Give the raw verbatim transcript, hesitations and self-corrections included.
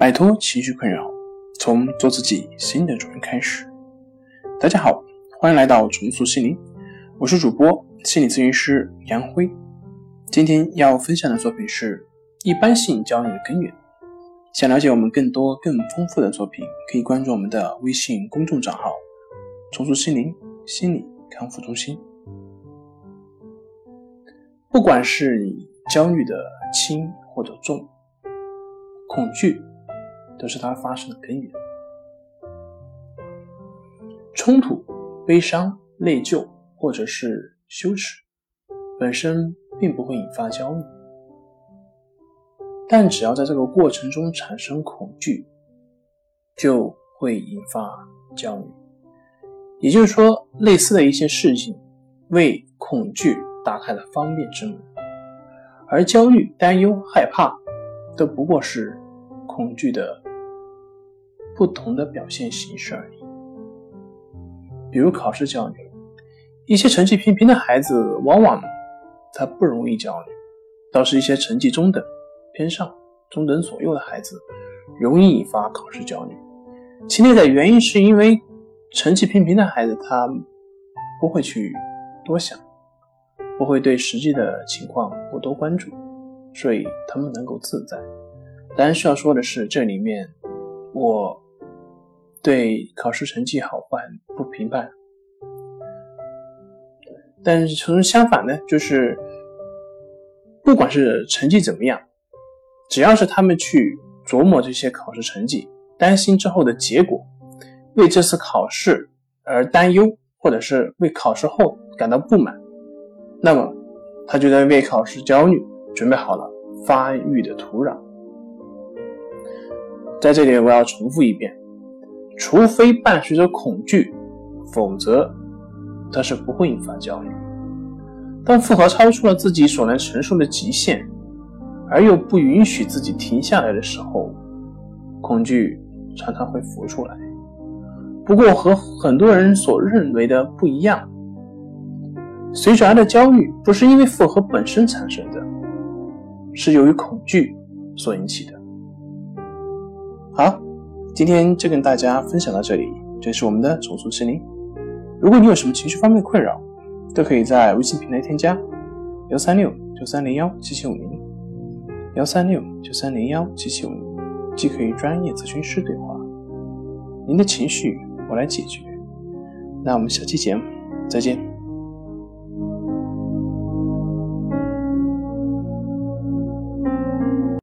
摆脱情绪困扰，从做自己新的主人开始。大家好，欢迎来到重塑心灵，我是主播心理咨询师杨辉。今天要分享的作品是一般性焦虑的根源。想了解我们更多更丰富的作品，可以关注我们的微信公众账号重塑心灵心理康复中心。不管是你焦虑的轻或者重，恐惧都是它发生的根源。冲突、悲伤、内疚或者是羞耻本身并不会引发焦虑，但只要在这个过程中产生恐惧，就会引发焦虑。也就是说，类似的一些事情为恐惧打开了方便之门，而焦虑、担忧、害怕都不过是恐惧的不同的表现形式而已。比如考试焦虑，一些成绩平平的孩子往往他不容易焦虑，倒是一些成绩中等、偏上、中等左右的孩子容易引发考试焦虑。其内在原因是因为成绩平平的孩子他不会去多想，不会对实际的情况过多关注，所以他们能够自在。当然需要说的是，这里面我对考试成绩好坏不评判，但是相反呢，就是不管是成绩怎么样，只要是他们去琢磨这些考试成绩，担心之后的结果，为这次考试而担忧，或者是为考试后感到不满，那么他就在为考试焦虑准备好了发育的土壤。在这里我要重复一遍，除非伴随着恐惧，否则它是不会引发焦虑。当负荷超出了自己所能承受的极限，而又不允许自己停下来的时候，恐惧常常会浮出来。不过和很多人所认为的不一样，随之而来的焦虑不是因为负荷本身产生的，是由于恐惧所引起的。好，今天就跟大家分享到这里，这是我们的重塑心灵。如果你有什么情绪方面的困扰，都可以在微信平台添加一三六九三零一七七五零 一三六九三零一七七五零，既可以专业咨询师对话，您的情绪我来解决。那我们下期节目再见。